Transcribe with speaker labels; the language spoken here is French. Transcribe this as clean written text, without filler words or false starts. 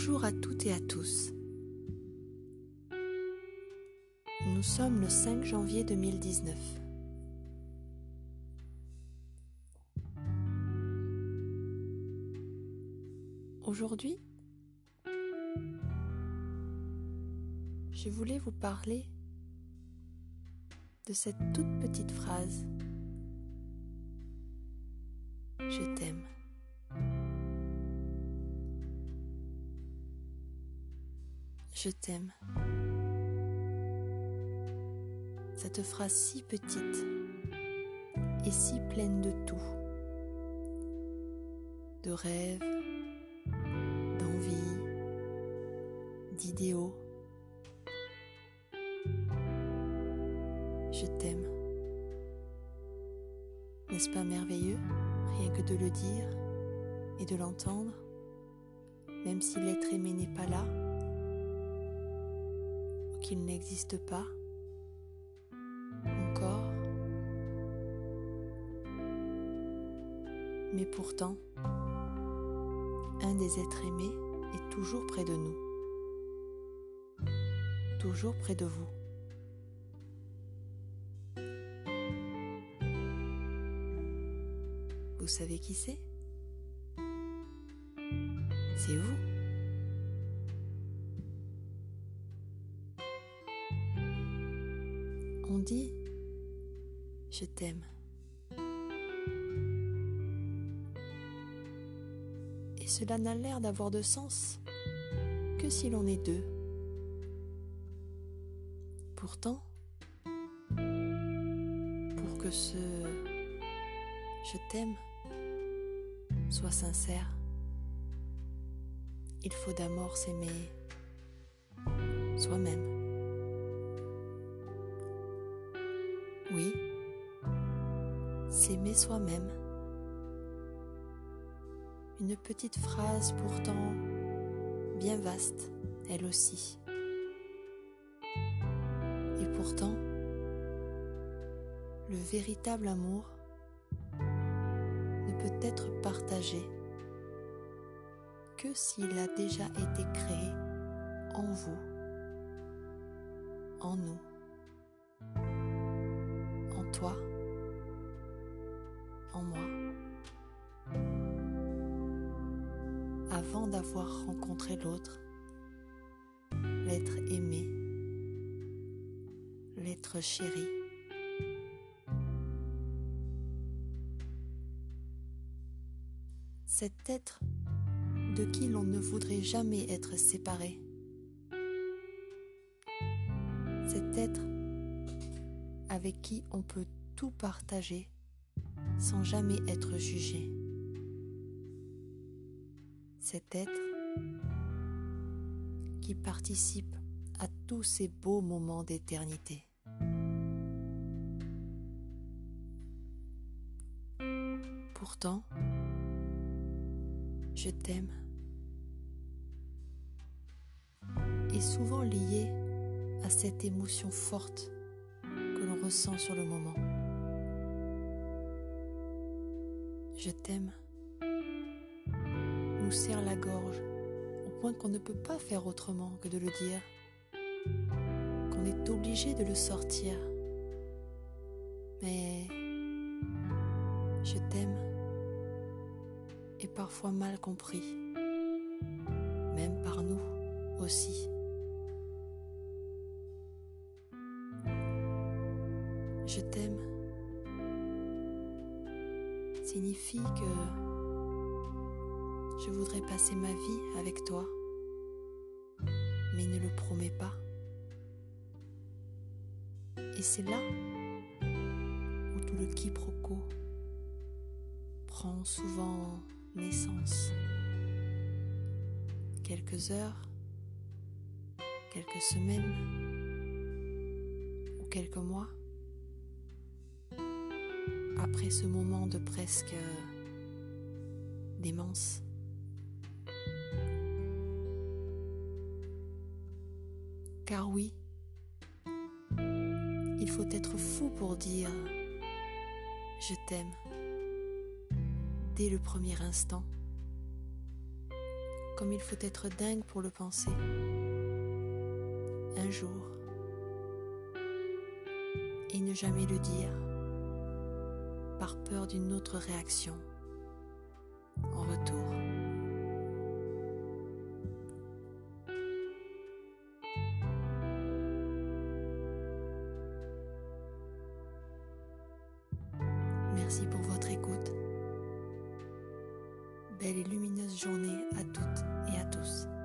Speaker 1: Bonjour à toutes et à tous. Nous sommes le 5 janvier 2019. Aujourd'hui, je voulais vous parler de cette toute petite phrase « Je t'aime ». Je t'aime. Cette phrase si petite et si pleine de tout, de rêves, d'envie, d'idéaux. Je t'aime. N'est-ce pas merveilleux, rien que de le dire et de l'entendre, même si l'être aimé n'est pas là, ou qu'il n'existe pas encore. Mais pourtant, un des êtres aimés est toujours près de nous, toujours près de vous. Vous savez qui c'est ? C'est vous. On dit « Je t'aime ». Et cela n'a l'air d'avoir de sens que si l'on est deux. Pourtant, pour que ce « Je t'aime » soit sincère, il faut d'abord s'aimer soi-même. Oui, s'aimer soi-même. Une petite phrase pourtant bien vaste, elle aussi. Et pourtant, le véritable amour ne peut être partagé que s'il a déjà été créé en vous, en nous, en toi, en moi, avant d'avoir rencontré l'autre, l'être aimé, l'être chéri. Cet être de qui l'on ne voudrait jamais être séparé. Cet être avec qui on peut tout partager sans jamais être jugé. Cet être qui participe à tous ces beaux moments d'éternité. Pourtant, je t'aime est souvent lié à cette émotion forte que l'on ressent sur le moment. Je t'aime nous serre la gorge au point qu'on ne peut pas faire autrement que de le dire, qu'on est obligé de le sortir. Mais je t'aime est parfois mal compris, même par nous aussi. Je t'aime signifie que je voudrais passer ma vie avec toi, mais ne le promets pas. Et c'est là où tout le quiproquo prend souvent naissance. Quelques heures, quelques semaines ou quelques mois après ce moment de presque démence. Car oui, il faut être fou pour dire « Je t'aime » dès le premier instant, comme il faut être dingue pour le penser. Un jour, et ne jamais le dire, par peur d'une autre réaction en retour. Merci pour votre écoute. Belle et lumineuse journée à toutes et à tous.